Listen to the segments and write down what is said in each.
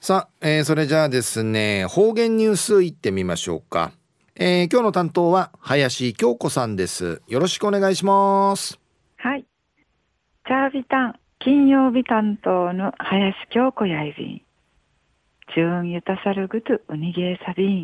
さあ、それじゃあですね、方言ニュースいってみましょうか。今日の担当は林京子さんです。よろしくお願いします。 はい。チャービタン、金曜日担当の林京子やいびん。中ゆたさるぐとうにげさびん。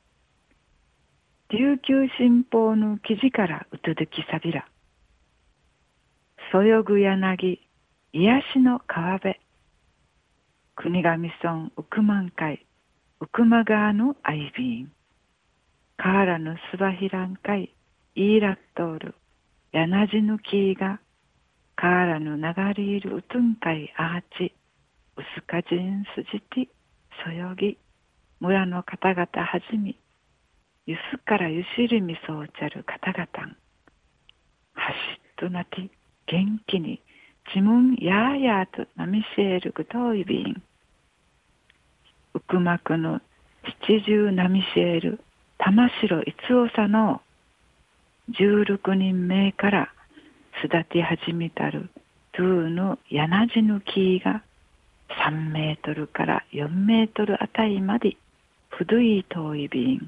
琉球新報の記事からうつづきさびら。そよぐ柳、癒しの川辺。国頭村ウクマン海、ウクマ川のアイビン。カーラのスバヒラン海、イーラットール、ヤナジヌキーが、カーラの流れいるうつんかいアーチ、うすかじんすじて、そよぎ、村の方々はじみ、ゆすからゆしりみそうちゃる方々ん、はしっとなて、元気に、ちむんやーやーとなみしえるぐといびん、うくまくの七十なみしえる、玉城いつおさの、16人目から巣立て始めたる、トゥーのやなじぬ木が、3メートルから4メートルあたりまで古い遠い便、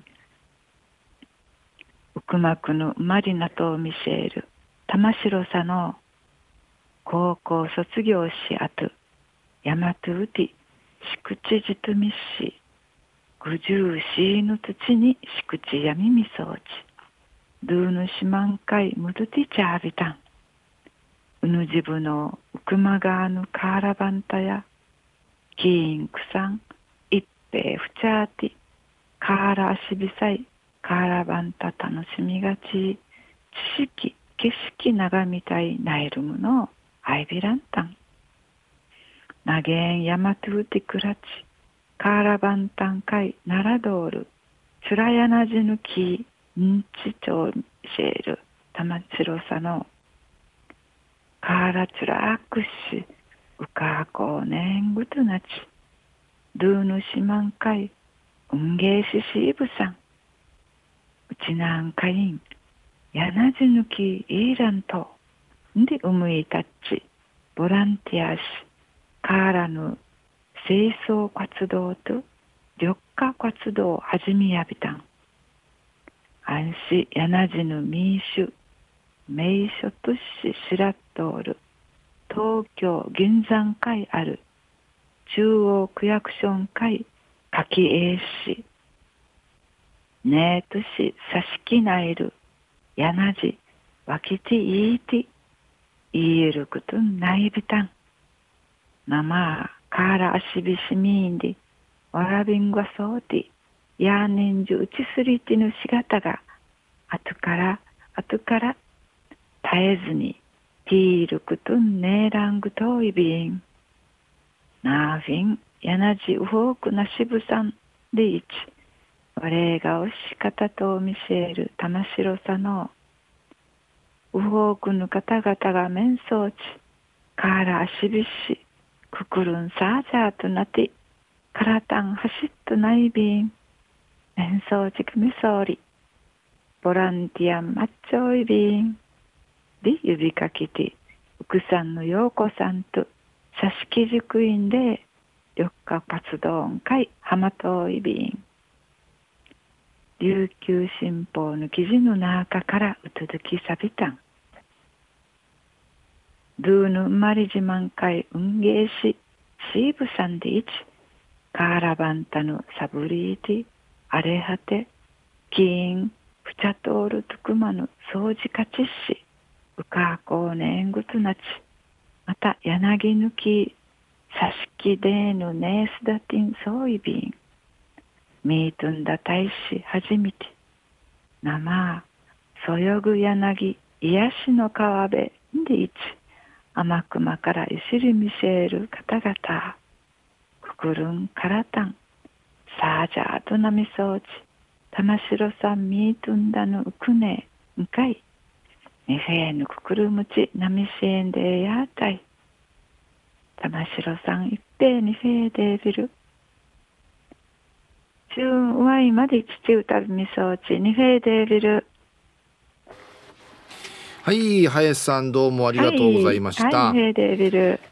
ウクマクのマリナとミシェール、玉城さの高校卒業しあと、ヤマトウティ、敷地じとみし、五十四の土に敷地やみみそうち、ドゥーヌシマンカイムルティチャービタン、ウヌジブのウクマガーヌカーラバンタや、キーンクサン、一平フチャーティ、カーラアシビサイ、カーラバンタ楽しみがち、知識、景色眺みたいナイルムのアイビランタン。ナゲーンヤマトゥーティクラチ、カーラバンタンカイナラドール、チュラヤナジヌキ、ンチチョーシェール、タマチロサの、カーラチュラアクシ、ウカーコーネングトゥナチ、ドゥーヌシマンカイ、ウンゲーシシーブさん、うちなんかいん、やなじぬきイーランと、んでうむいたっち、ボランティアし、カーラの清掃活動と緑化活動を始めやびたん。安心やなじぬ民主、名所都市しらっとおる、東京銀山会ある、中央区役所会柿英市、ねえとしさしきないる、やなじ、わきちいいて、いえることないびたん。なまあ、カーラアシビシミーンで、わらびんがそうで、やーねんじゅうちすりてのしがたが、後から絶えずに、ティールクトンネーラングトイビン。なあフィン、やなじうほうくなしぶさんでいち、我がおし方と見せる玉城さの、ウホークの方々が面相地、カーラ足びし、くくるんさあじゃーとなて、からたん走っとないびん、面相地くみそうり、ボランティアンマッチョイびん、で指かけて、奥さんの陽子さんと、佐敷塾院で、緑化活動会浜遠いびん、琉球新報の記事の中からうつづきさびたん。ドゥーヌマリジマン会運営し、シーブさんでいち、カーラバンタのサブリーティ、アレハテ、キーン、フチャトールトゥクマの掃除カチッシ、ウカーコーネングトナチ、また柳抜き、サシキデーヌネースダティンソーイビン、ミートンダ大使初めて、生、そよぐ柳、癒しの川辺でいち、天熊からいしりみせる方々、くくるんからたん、さあじゃあとなみそうち、玉城さんみーとんだのうくねんかい、みフェーぬくくるむちなみせんでやーたい、玉城さんいっぺいにフェーでびる、中ワイまで父歌みそうちにフェーでびる。 はい、林さんどうもありはがとうございい、はい、 ました。 フェーでびる。